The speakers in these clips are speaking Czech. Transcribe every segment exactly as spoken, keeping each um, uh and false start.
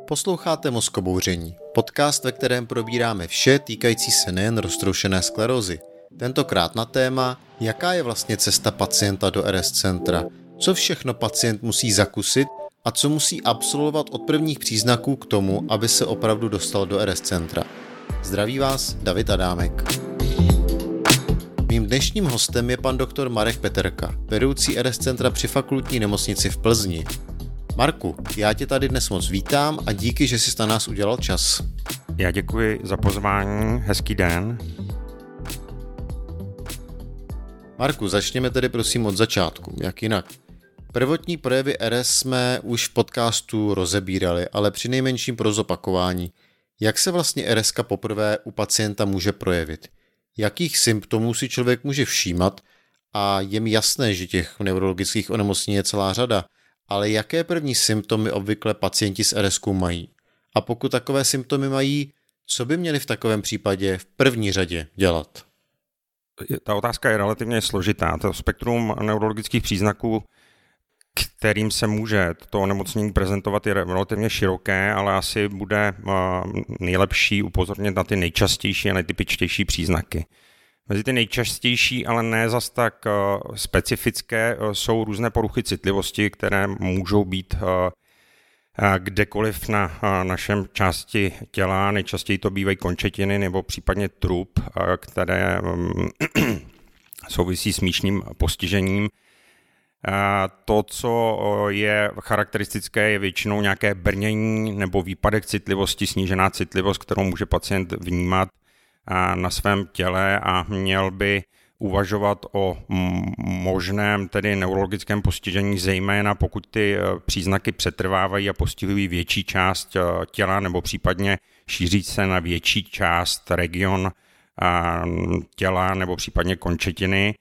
Posloucháte Mozkobouření, podcast, ve kterém probíráme vše týkající se nejen roztroušené sklerózy. Tentokrát na téma, jaká je vlastně cesta pacienta do er es centra, co všechno pacient musí zakusit a co musí absolvovat od prvních příznaků k tomu, aby se opravdu dostal do er es centra. Zdraví vás David Adámek. Mým dnešním hostem je pan doktor Marek Peterka, vedoucí er es centra při fakultní nemocnici v Plzni. Marku, já tě tady dnes moc vítám a díky, že jsi na nás udělal čas. Já děkuji za pozvání, hezký den. Marku, začněme tedy prosím od začátku, jak jinak. Prvotní projevy er es jsme už v podcastu rozebírali, ale přinejmenším pro zopakování. Jak se vlastně er eska poprvé u pacienta může projevit? Jakých symptomů si člověk může všímat? A je mi jasné, že těch neurologických onemocnění je celá řada, ale jaké první symptomy obvykle pacienti s er eskou mají? A pokud takové symptomy mají, co by měli v takovém případě v první řadě dělat? Ta otázka je relativně složitá. To spektrum neurologických příznaků, kterým se může to onemocnění prezentovat, je relativně široké, ale asi bude nejlepší upozornit na ty nejčastější a nejtypičtější příznaky. Mezi ty nejčastější, ale ne zas tak specifické, jsou různé poruchy citlivosti, které můžou být kdekoliv na našem části těla. Nejčastěji to bývají končetiny nebo případně trup, které souvisí s míšním postižením. To, co je charakteristické, je většinou nějaké brnění nebo výpadek citlivosti, snížená citlivost, kterou může pacient vnímat na svém těle a měl by uvažovat o možném tedy neurologickém postižení, zejména pokud ty příznaky přetrvávají a postihují větší část těla nebo případně šíří se na větší část region těla nebo případně končetiny.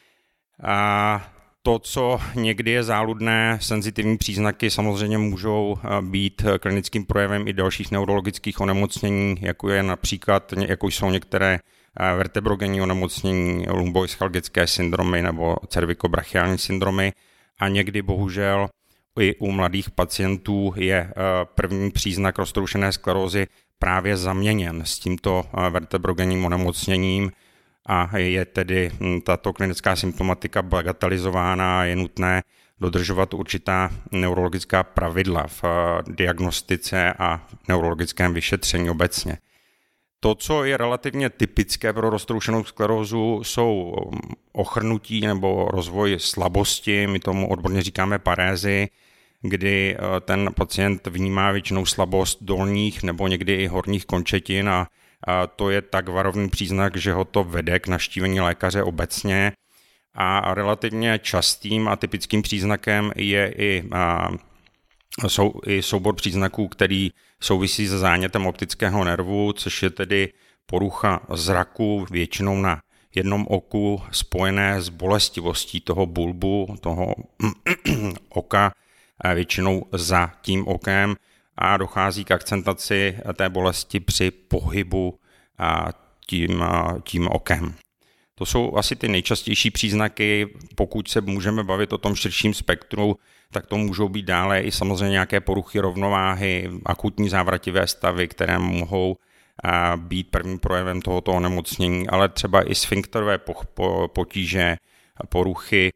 A to, co někdy je záludné, senzitivní příznaky samozřejmě můžou být klinickým projevem i dalších neurologických onemocnění, jako je například, jako jsou některé vertebrogenní onemocnění, lumboischalgické syndromy nebo cervikobrachiální syndromy a někdy bohužel i u mladých pacientů je první příznak roztroušené sklerózy právě zaměněn s tímto vertebrogenním onemocněním a je tedy tato klinická symptomatika bagatelizována a je nutné dodržovat určitá neurologická pravidla v diagnostice a neurologickém vyšetření obecně. To, co je relativně typické pro roztroušenou sklerózu, jsou ochrnutí nebo rozvoj slabosti, my tomu odborně říkáme parézy, kdy ten pacient vnímá většinou slabost dolních nebo někdy i horních končetin a A to je tak varovný příznak, že ho to vede k navštívení lékaře obecně a relativně častým a typickým příznakem je i, a, sou, i soubor příznaků, který souvisí se zánětem optického nervu, což je tedy porucha zraku většinou na jednom oku spojené s bolestivostí toho bulbu, toho oka, většinou za tím okem, a dochází k akcentaci té bolesti při pohybu tím, tím okem. To jsou asi ty nejčastější příznaky. Pokud se můžeme bavit o tom širším spektru, tak to můžou být dále i samozřejmě nějaké poruchy rovnováhy, akutní závrativé stavy, které mohou být prvním projevem tohoto onemocnění, ale třeba i sfinkterové potíže, poruchy,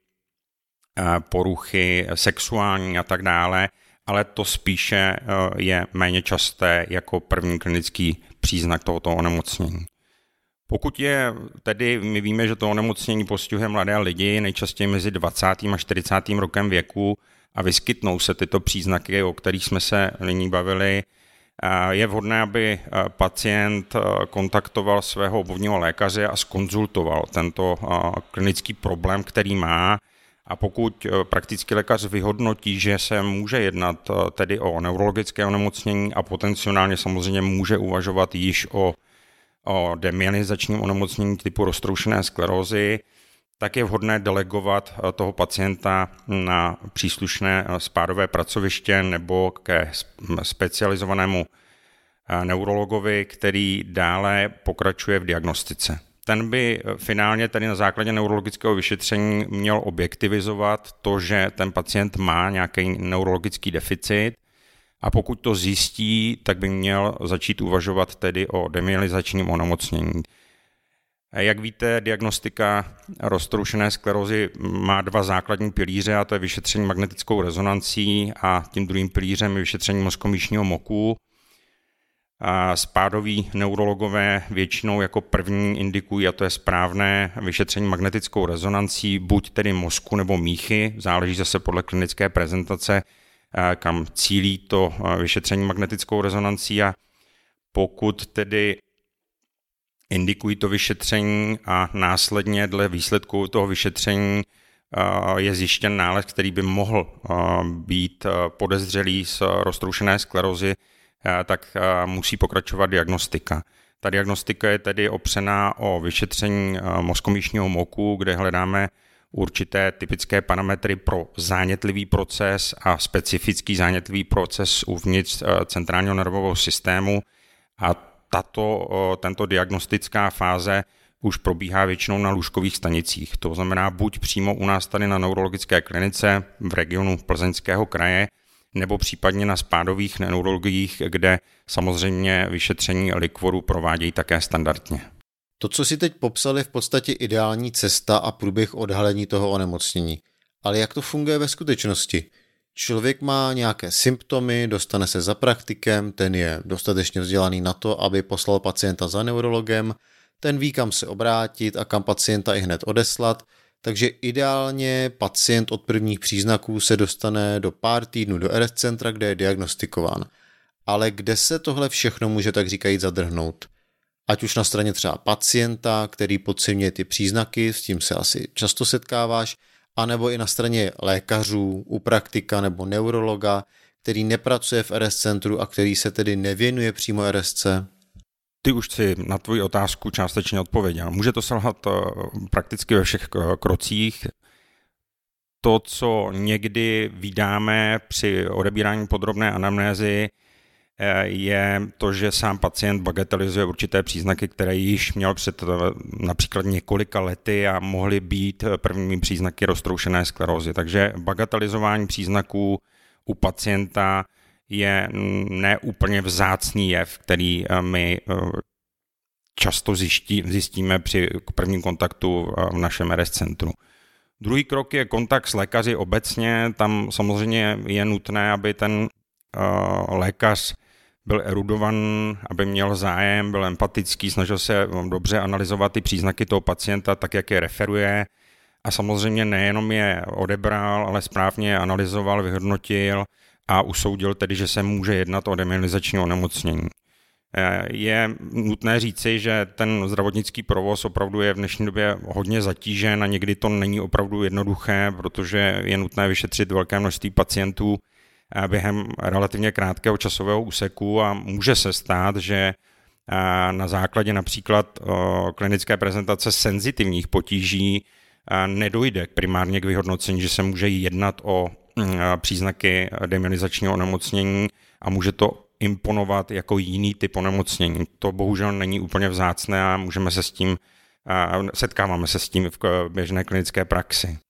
poruchy sexuální a tak dále, ale to spíše je méně časté jako první klinický příznak tohoto onemocnění. Pokud je tedy, my víme, že to onemocnění postihuje mladé lidi, nejčastěji mezi dvacátým a čtyřicátým rokem věku a vyskytnou se tyto příznaky, o kterých jsme se nyní bavili, je vhodné, aby pacient kontaktoval svého obvodního lékaře a zkonzultoval tento klinický problém, který má. A pokud praktický lékař vyhodnotí, že se může jednat tedy o neurologické onemocnění a potenciálně samozřejmě může uvažovat již o, o demyelinizačním onemocnění typu roztroušené sklerózy, tak je vhodné delegovat toho pacienta na příslušné spádové pracoviště nebo ke specializovanému neurologovi, který dále pokračuje v diagnostice. Ten by finálně tedy na základě neurologického vyšetření měl objektivizovat to, že ten pacient má nějaký neurologický deficit a pokud to zjistí, tak by měl začít uvažovat tedy o demyelinačním onemocnění. Jak víte, diagnostika roztroušené sklerózy má dva základní pilíře, a to je vyšetření magnetickou rezonancí a tím druhým pilířem je vyšetření mozkomíšního moku. A spádoví neurologové většinou jako první indikují, a to je správné vyšetření magnetickou rezonancí, buď tedy mozku nebo míchy, záleží zase podle klinické prezentace, kam cílí to vyšetření magnetickou rezonancí, a pokud tedy indikují to vyšetření a následně dle výsledků toho vyšetření je zjištěn nález, který by mohl být podezřelý z roztroušené sklerózy, tak musí pokračovat diagnostika. Ta diagnostika je tedy opřená o vyšetření mozkomíšního moku, kde hledáme určité typické parametry pro zánětlivý proces a specifický zánětlivý proces uvnitř centrálního nervového systému, a tato, tento diagnostická fáze už probíhá většinou na lůžkových stanicích. To znamená buď přímo u nás tady na neurologické klinice v regionu Plzeňského kraje, nebo případně na spádových neurologiích, kde samozřejmě vyšetření likvoru provádějí také standardně. To, co si teď popsal, je v podstatě ideální cesta a průběh odhalení toho onemocnění. Ale jak to funguje ve skutečnosti? Člověk má nějaké symptomy, dostane se za praktikem, ten je dostatečně vzdělaný na to, aby poslal pacienta za neurologem, ten ví, kam se obrátit a kam pacienta i hned odeslat, takže ideálně pacient od prvních příznaků se dostane do pár týdnů do R S centra, kde je diagnostikován. Ale kde se tohle všechno může tak říkajíc zadrhnout? Ať už na straně třeba pacienta, který podceňuje ty příznaky, s tím se asi často setkáváš, anebo i na straně lékařů, u praktika nebo neurologa, který nepracuje v R S centru a který se tedy nevěnuje přímo R S C? Ty už si na tvoji otázku částečně odpověděl. Může to selhat prakticky ve všech krocích. To, co někdy vídáme při odebírání podrobné anamnézy, je to, že sám pacient bagatelizuje určité příznaky, které již měl před například několika lety a mohly být prvními příznaky roztroušené sklerózy. Takže bagatelizování příznaků u pacienta je neúplně vzácný jev, který my často zjistí, zjistíme při prvním kontaktu v našem R S centru. Druhý krok je kontakt s lékaři obecně. Tam samozřejmě je nutné, aby ten lékař byl erudovan, aby měl zájem, byl empatický, snažil se dobře analyzovat ty příznaky toho pacienta, tak jak je referuje, a samozřejmě nejenom je odebral, ale správně je analyzoval, vyhodnotil a usoudil tedy, že se může jednat o demyelinační onemocnění. Je nutné říci, že ten zdravotnický provoz opravdu je v dnešní době hodně zatížen a někdy to není opravdu jednoduché, protože je nutné vyšetřit velké množství pacientů během relativně krátkého časového úseku a může se stát, že na základě například klinické prezentace senzitivních potíží nedojde primárně k vyhodnocení, že se může jednat o příznaky demyelinačního onemocnění a může to imponovat jako jiný typ onemocnění. To bohužel není úplně vzácné a můžeme se s tím, setkáváme se s tím v běžné klinické praxi.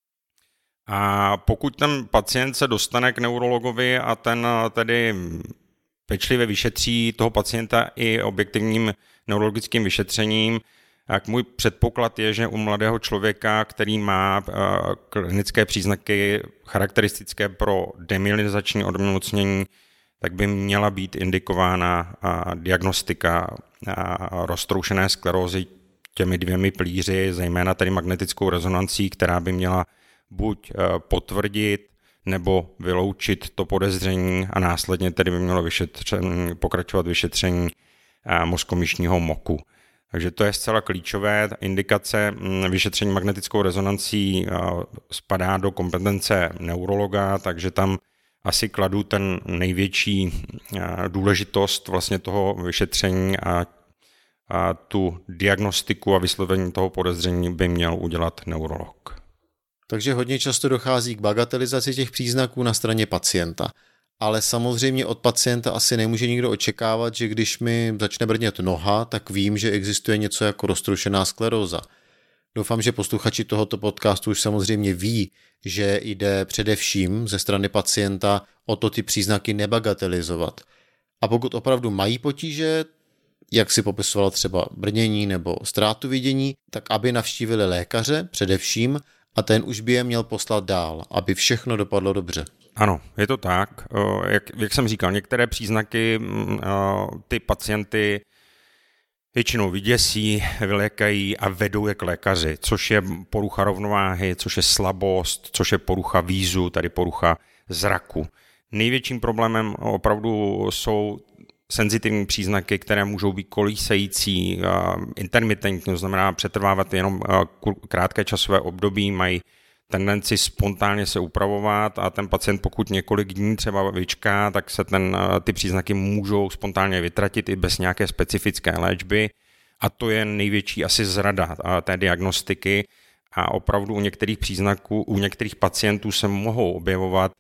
A pokud ten pacient se dostane k neurologovi a ten tedy pečlivě vyšetří toho pacienta i objektivním neurologickým vyšetřením, tak můj předpoklad je, že u mladého člověka, který má klinické příznaky charakteristické pro demyelinační onemocnění, tak by měla být indikována diagnostika roztroušené sklerózy těmi dvěmi pilíři, zejména tedy magnetickou rezonancí, která by měla buď potvrdit nebo vyloučit to podezření a následně tedy by mělo vyšetření, pokračovat vyšetření mozkomíšního moku. Takže to je zcela klíčové. Indikace vyšetření magnetickou rezonancí spadá do kompetence neurologa, takže tam asi kladu ten největší důležitost vlastně toho vyšetření a, a tu diagnostiku a vyslovení toho podezření by měl udělat neurolog. Takže hodně často dochází k bagatelizaci těch příznaků na straně pacienta. Ale samozřejmě od pacienta asi nemůže nikdo očekávat, že když mi začne brnět noha, tak vím, že existuje něco jako roztroušená skleróza. Doufám, že posluchači tohoto podcastu už samozřejmě ví, že jde především ze strany pacienta o to ty příznaky nebagatelizovat. A pokud opravdu mají potíže, jak si popisoval třeba brnění nebo ztrátu vidění, tak aby navštívili lékaře především a ten už by je měl poslat dál, aby všechno dopadlo dobře. Ano, je to tak. Jak, jak jsem říkal, některé příznaky ty pacienty většinou vyděsí, vylékají a vedou je k lékaři, což je porucha rovnováhy, což je slabost, což je porucha vízu, tady porucha zraku. Největším problémem opravdu jsou senzitivní příznaky, které můžou být kolísající, intermitentní, to znamená přetrvávat jenom krátké časové období, mají tendenci spontánně se upravovat a ten pacient, pokud několik dní třeba vyčká, tak se ten, ty příznaky můžou spontánně vytratit i bez nějaké specifické léčby a to je největší asi zrada té diagnostiky a opravdu u některých příznaků, u některých pacientů se mohou objevovat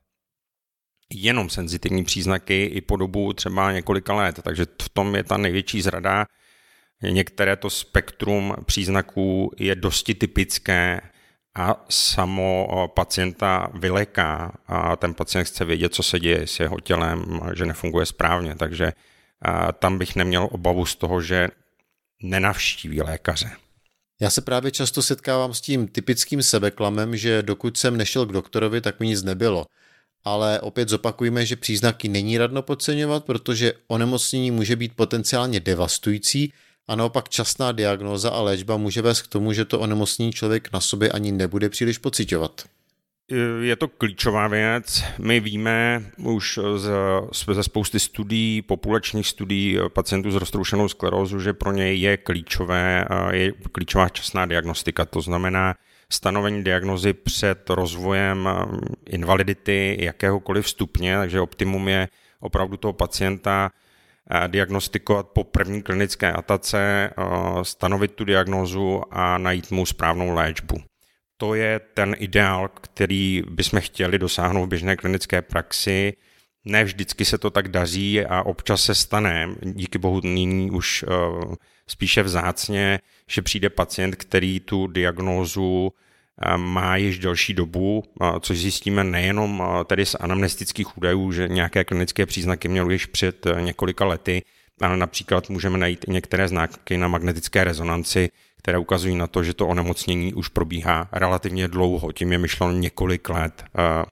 jenom senzitivní příznaky i po dobu třeba několika let, takže v tom je ta největší zrada. Některé to spektrum příznaků je dosti typické a samo pacienta vyléká a ten pacient chce vědět, co se děje s jeho tělem, že nefunguje správně, takže tam bych neměl obavu z toho, že nenavštíví lékaře. Já se právě často setkávám s tím typickým sebeklamem, že dokud jsem nešel k doktorovi, tak mi nic nebylo. Ale opět zopakujeme, že příznaky není radno podceňovat, protože onemocnění může být potenciálně devastující a naopak časná diagnóza a léčba může vést k tomu, že to onemocnění člověk na sobě ani nebude příliš pociťovat. Je to klíčová věc. My víme už ze spousty studií, populačních studií pacientů s roztroušenou sklerózou, že pro ně je klíčové, je klíčová časná diagnostika. To znamená stanovení diagnozy před rozvojem invalidity jakéhokoliv stupně, takže optimum je opravdu toho pacienta diagnostikovat po první klinické atace, stanovit tu diagnózu a najít mu správnou léčbu. To je ten ideál, který bychom chtěli dosáhnout v běžné klinické praxi. Ne vždycky se to tak daří a občas se stane, díky bohu nyní už spíše vzácně, že přijde pacient, který tu diagnózu má již delší dobu, což zjistíme nejenom tedy z anamnestických údajů, že nějaké klinické příznaky měl již před několika lety, ale například můžeme najít i některé znaky na magnetické rezonanci, které ukazují na to, že to onemocnění už probíhá relativně dlouho, tím je myšleno několik let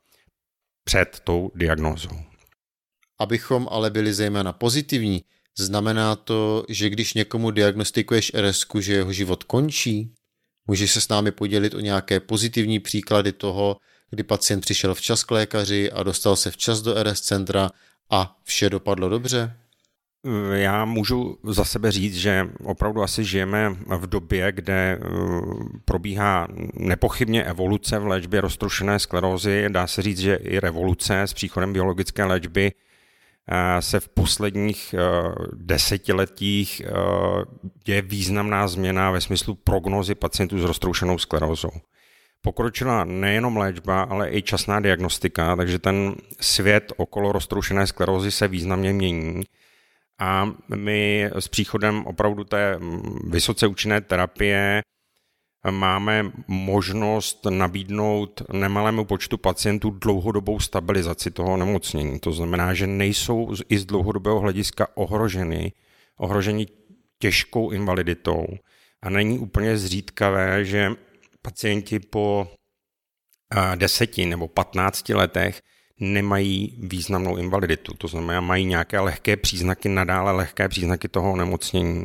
před tou diagnózou. Abychom ale byli zejména pozitivní, znamená to, že když někomu diagnostikuješ er es ku, že jeho život končí? Můžeš se s námi podělit o nějaké pozitivní příklady toho, kdy pacient přišel včas k lékaři a dostal se včas do er es centra a vše dopadlo dobře? Já můžu za sebe říct, že opravdu asi žijeme v době, kde probíhá nepochybně evoluce v léčbě roztroušené sklerózy. Dá se říct, že i revoluce s příchodem biologické léčby se v posledních desetiletích je významná změna ve smyslu prognózy pacientů s roztroušenou sklerózou. Pokročila nejenom léčba, ale i časná diagnostika, takže ten svět okolo roztroušené sklerózy se významně mění. A my s příchodem opravdu té vysoce účinné terapie máme možnost nabídnout nemalému počtu pacientů dlouhodobou stabilizaci toho onemocnění. To znamená, že nejsou i z dlouhodobého hlediska ohroženi, ohroženi těžkou invaliditou. A není úplně zřídkavé, že pacienti po deseti nebo patnácti letech nemají významnou invaliditu. To znamená, mají nějaké lehké příznaky, nadále lehké příznaky toho onemocnění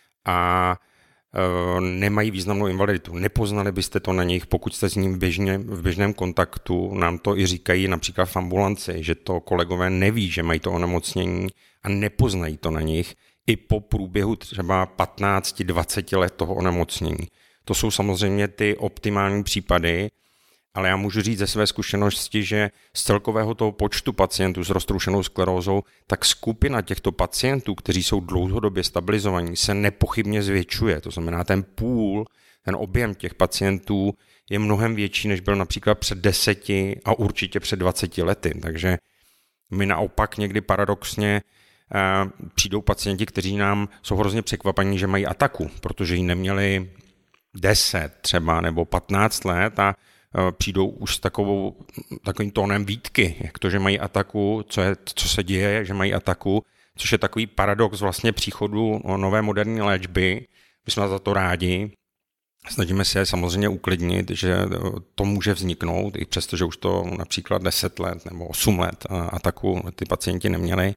a e, nemají významnou invaliditu. Nepoznali byste to na nich, pokud jste s ním běžně, v běžném kontaktu. Nám to i říkají například v ambulanci, že to kolegové neví, že mají to onemocnění a nepoznají to na nich i po průběhu třeba patnáct dvacet let toho onemocnění. To jsou samozřejmě ty optimální případy, ale já můžu říct ze své zkušenosti, že z celkového toho počtu pacientů s roztroušenou sklerózou, tak skupina těchto pacientů, kteří jsou dlouhodobě stabilizovaní, se nepochybně zvětšuje. To znamená, ten půl, ten objem těch pacientů je mnohem větší, než byl například před deseti a určitě před dvaceti lety. Takže my naopak někdy paradoxně eh, přijdou pacienti, kteří nám jsou hrozně překvapení, že mají ataku, protože ji neměli deset třeba nebo patnáct let a přijdou už s takovou, takovým tónem výtky, jak to, že mají ataku, co, je, co se děje, že mají ataku, což je takový paradox vlastně příchodu nové moderní léčby. My jsme za to rádi. Snažíme se samozřejmě uklidnit, že to může vzniknout, i přesto, že už to například deset let nebo osm let ataku ty pacienti neměli.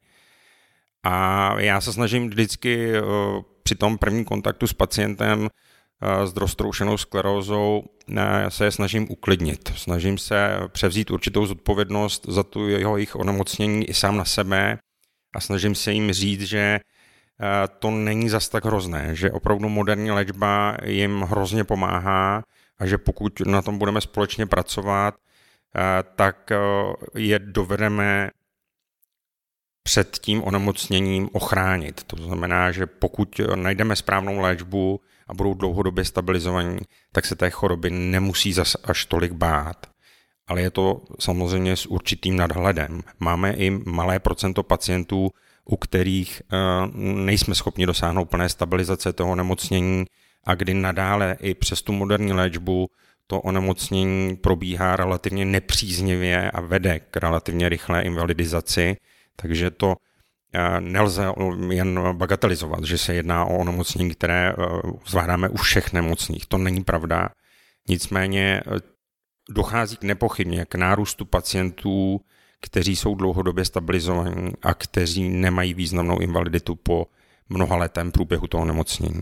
A já se snažím vždycky při tom prvním kontaktu s pacientem s roztroušenou sklerózou se je snažím uklidnit. Snažím se převzít určitou zodpovědnost za tu jeho jejich onemocnění i sám na sebe a snažím se jim říct, že to není zas tak hrozné, že opravdu moderní léčba jim hrozně pomáhá a že pokud na tom budeme společně pracovat, tak je dovedeme před tím onemocněním ochránit. To znamená, že pokud najdeme správnou léčbu a budou dlouhodobě stabilizovaní, tak se té choroby nemusí zas až tolik bát. Ale je to samozřejmě s určitým nadhledem. Máme i malé procento pacientů, u kterých nejsme schopni dosáhnout plné stabilizace toho onemocnění a kdy nadále i přes tu moderní léčbu to onemocnění probíhá relativně nepříznivě a vede k relativně rychlé invalidizaci, takže to nelze jen bagatelizovat, že se jedná o onemocnění, které zvládáme u všech nemocných. To není pravda. Nicméně dochází k nepochybně k nárůstu pacientů, kteří jsou dlouhodobě stabilizovaní a kteří nemají významnou invaliditu po mnohaletém průběhu toho onemocnění.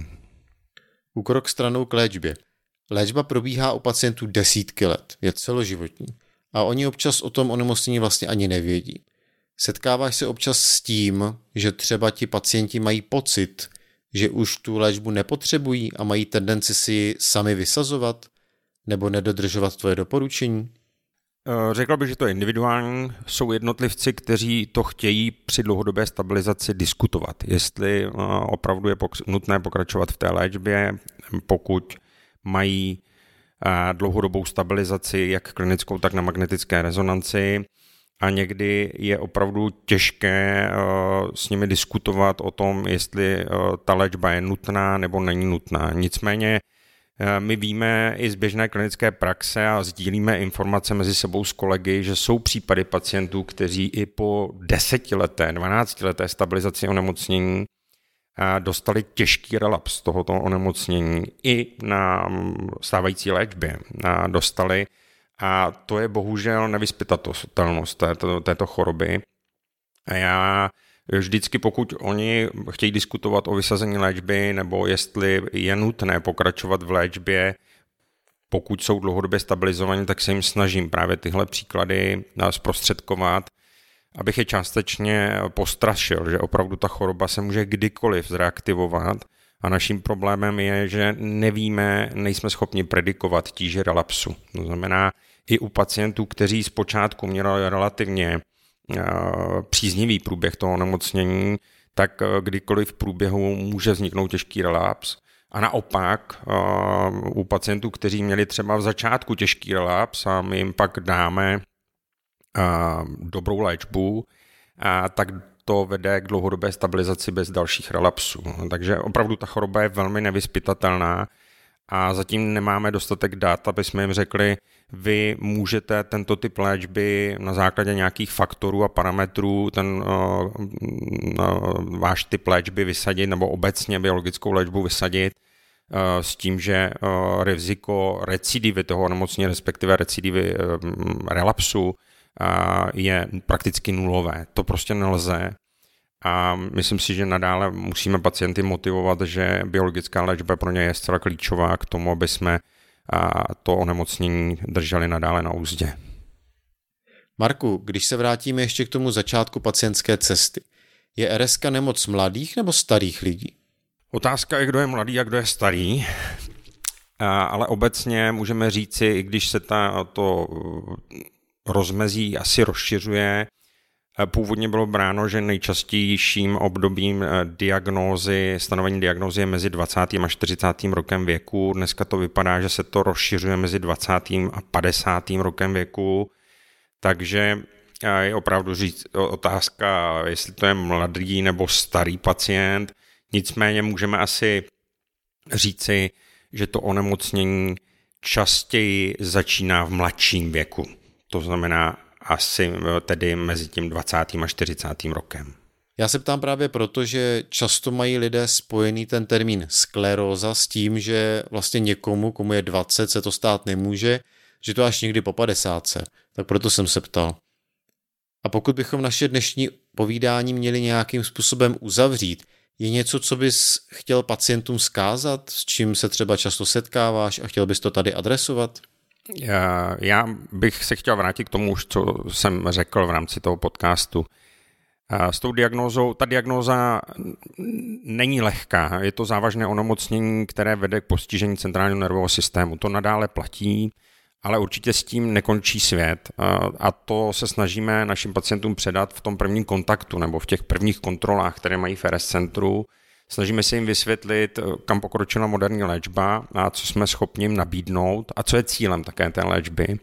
Úkrok stranou k léčbě. Léčba probíhá u pacientů desítky let, je celoživotní a oni občas o tom onemocnění vlastně ani nevědí. Setkáváš se občas s tím, že třeba ti pacienti mají pocit, že už tu léčbu nepotřebují a mají tendenci si ji sami vysazovat nebo nedodržovat tvoje doporučení? Řekl bych, že to je individuální. Jsou jednotlivci, kteří to chtějí při dlouhodobé stabilizaci diskutovat. Jestli opravdu je nutné pokračovat v té léčbě, pokud mají dlouhodobou stabilizaci, jak klinickou, tak na magnetické rezonanci. A někdy je opravdu těžké s nimi diskutovat o tom, jestli ta léčba je nutná nebo není nutná. Nicméně my víme i z běžné klinické praxe a sdílíme informace mezi sebou s kolegy, že jsou případy pacientů, kteří i po desetileté, dvanáctileté stabilizaci onemocnění dostali těžký relaps tohoto onemocnění i na stávající léčbě. Dostali a to je bohužel nevyzpytatelnost této, této choroby. A já vždycky, pokud oni chtějí diskutovat o vysazení léčby nebo jestli je nutné pokračovat v léčbě, pokud jsou dlouhodobě stabilizovaní, tak se jim snažím právě tyhle příklady zprostředkovat, abych je částečně postrašil, že opravdu ta choroba se může kdykoliv zreaktivovat a naším problémem je, že nevíme, nejsme schopni predikovat tíži relapsu. To znamená, i u pacientů, kteří zpočátku měli relativně příznivý průběh toho onemocnění, tak kdykoliv v průběhu může vzniknout těžký relaps. A naopak u pacientů, kteří měli třeba v začátku těžký relaps a my jim pak dáme dobrou léčbu, tak to vede k dlouhodobé stabilizaci bez dalších relapsů. Takže opravdu ta choroba je velmi nevyzpytatelná a zatím nemáme dostatek dat, aby jsme jim řekli, vy můžete tento typ léčby na základě nějakých faktorů a parametrů ten uh, uh, váš typ léčby vysadit nebo obecně biologickou léčbu vysadit uh, s tím, že uh, riziko recidivy toho onemocnění, respektive recidivy uh, relapsu uh, je prakticky nulové. To prostě nelze. A myslím si, že nadále musíme pacienty motivovat, že biologická léčba pro ně je zcela klíčová k tomu, aby jsme to onemocnění drželi nadále na úzdě. Marku, když se vrátíme ještě k tomu začátku pacientské cesty, je er es ká nemoc mladých nebo starých lidí? Otázka je, kdo je mladý a kdo je starý, ale obecně můžeme říci, i když se ta, to rozmezí asi rozšiřuje, původně bylo bráno, že nejčastějším obdobím diagnózy, stanovení diagnózy je mezi dvacátým a čtyřicátým rokem věku. Dneska to vypadá, že se to rozšiřuje mezi dvacátým a padesátým rokem věku, takže je opravdu říct otázka, jestli to je mladý nebo starý pacient. Nicméně můžeme asi říci, že to onemocnění častěji začíná v mladším věku. To znamená asi tedy mezi tím dvacátým a čtyřicátým rokem. Já se ptám právě proto, že často mají lidé spojený ten termín skleróza s tím, že vlastně někomu, komu je dvacet, se to stát nemůže, že to až někdy po padesátce. Tak proto jsem se ptal. A pokud bychom naše dnešní povídání měli nějakým způsobem uzavřít, je něco, co bys chtěl pacientům vzkázat, s čím se třeba často setkáváš a chtěl bys to tady adresovat? Já, já bych se chtěl vrátit k tomu, co jsem řekl v rámci toho podcastu. S tou diagnózou, ta diagnóza není lehká, je to závažné onemocnění, které vede k postižení centrálního nervového systému. To nadále platí, ale určitě s tím nekončí svět a to se snažíme našim pacientům předat v tom prvním kontaktu nebo v těch prvních kontrolách, které mají v R S centru. Snažíme se jim vysvětlit, kam pokročila moderní léčba a co jsme schopni jim nabídnout a co je cílem také té léčby.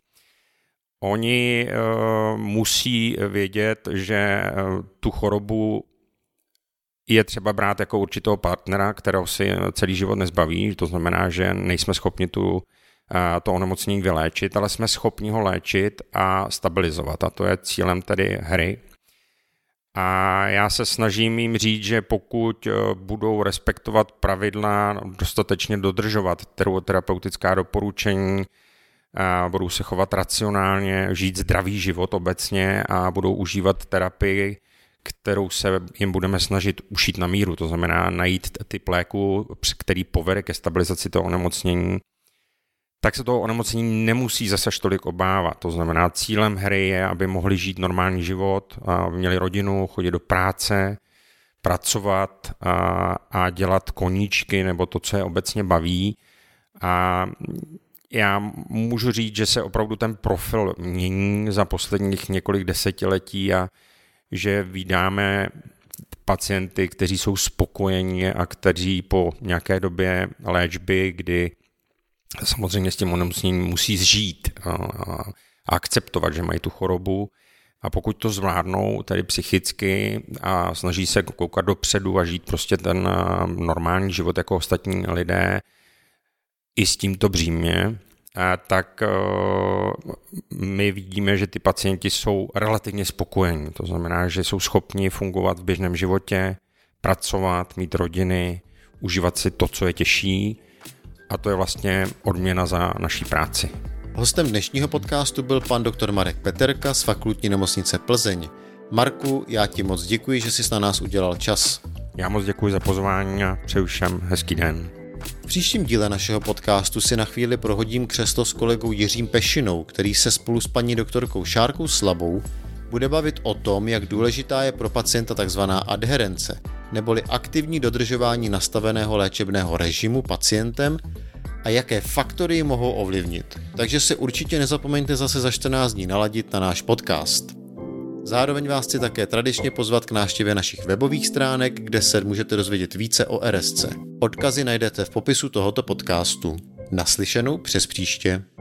Oni uh, musí vědět, že uh, tu chorobu je třeba brát jako určitého partnera, kterého si celý život nezbaví. To znamená, že nejsme schopni tu, uh, to onemocnění vyléčit, ale jsme schopni ho léčit a stabilizovat. A to je cílem tedy hry. A já se snažím jim říct, že pokud budou respektovat pravidla, dostatečně dodržovat terapeutická doporučení, budou se chovat racionálně, žít zdravý život obecně a budou užívat terapii, kterou se jim budeme snažit ušít na míru, to znamená najít typ léku, který povede ke stabilizaci toho onemocnění, tak se toho onemocnění nemusí zase tolik obávat. To znamená, cílem hry je, aby mohli žít normální život, aby měli rodinu, chodit do práce, pracovat a, a dělat koníčky nebo to, co je obecně baví. A já můžu říct, že se opravdu ten profil mění za posledních několik desetiletí a že vídáme pacienty, kteří jsou spokojení a kteří po nějaké době léčby, kdy samozřejmě s tím onemocněním musí zžít a, a akceptovat, že mají tu chorobu. A pokud to zvládnou, tedy psychicky, a snaží se koukat dopředu a žít prostě ten normální život jako ostatní lidé i s tímto břímě, tak my vidíme, že ty pacienti jsou relativně spokojení. To znamená, že jsou schopni fungovat v běžném životě, pracovat, mít rodiny, užívat si to, co je těžší. A to je vlastně odměna za naší práci. Hostem dnešního podcastu byl pan doktor Marek Peterka z Fakultní nemocnice Plzeň. Marku, já ti moc děkuji, že jsi na nás udělal čas. Já moc děkuji za pozvání a přeju všem hezký den. V příštím díle našeho podcastu si na chvíli prohodím křeslo s kolegou Jiřím Pešinou, který se spolu s paní doktorkou Šárkou Slabou bude bavit o tom, jak důležitá je pro pacienta takzvaná adherence, neboli aktivní dodržování nastaveného léčebného režimu pacientem a jaké faktory ji mohou ovlivnit. Takže se určitě nezapomeňte zase za čtrnáct dní naladit na náš podcast. Zároveň vás chci také tradičně pozvat k návštěvě našich webových stránek, kde se můžete dozvědět více o R S C. Odkazy najdete v popisu tohoto podcastu. Naslyšenou přes příště.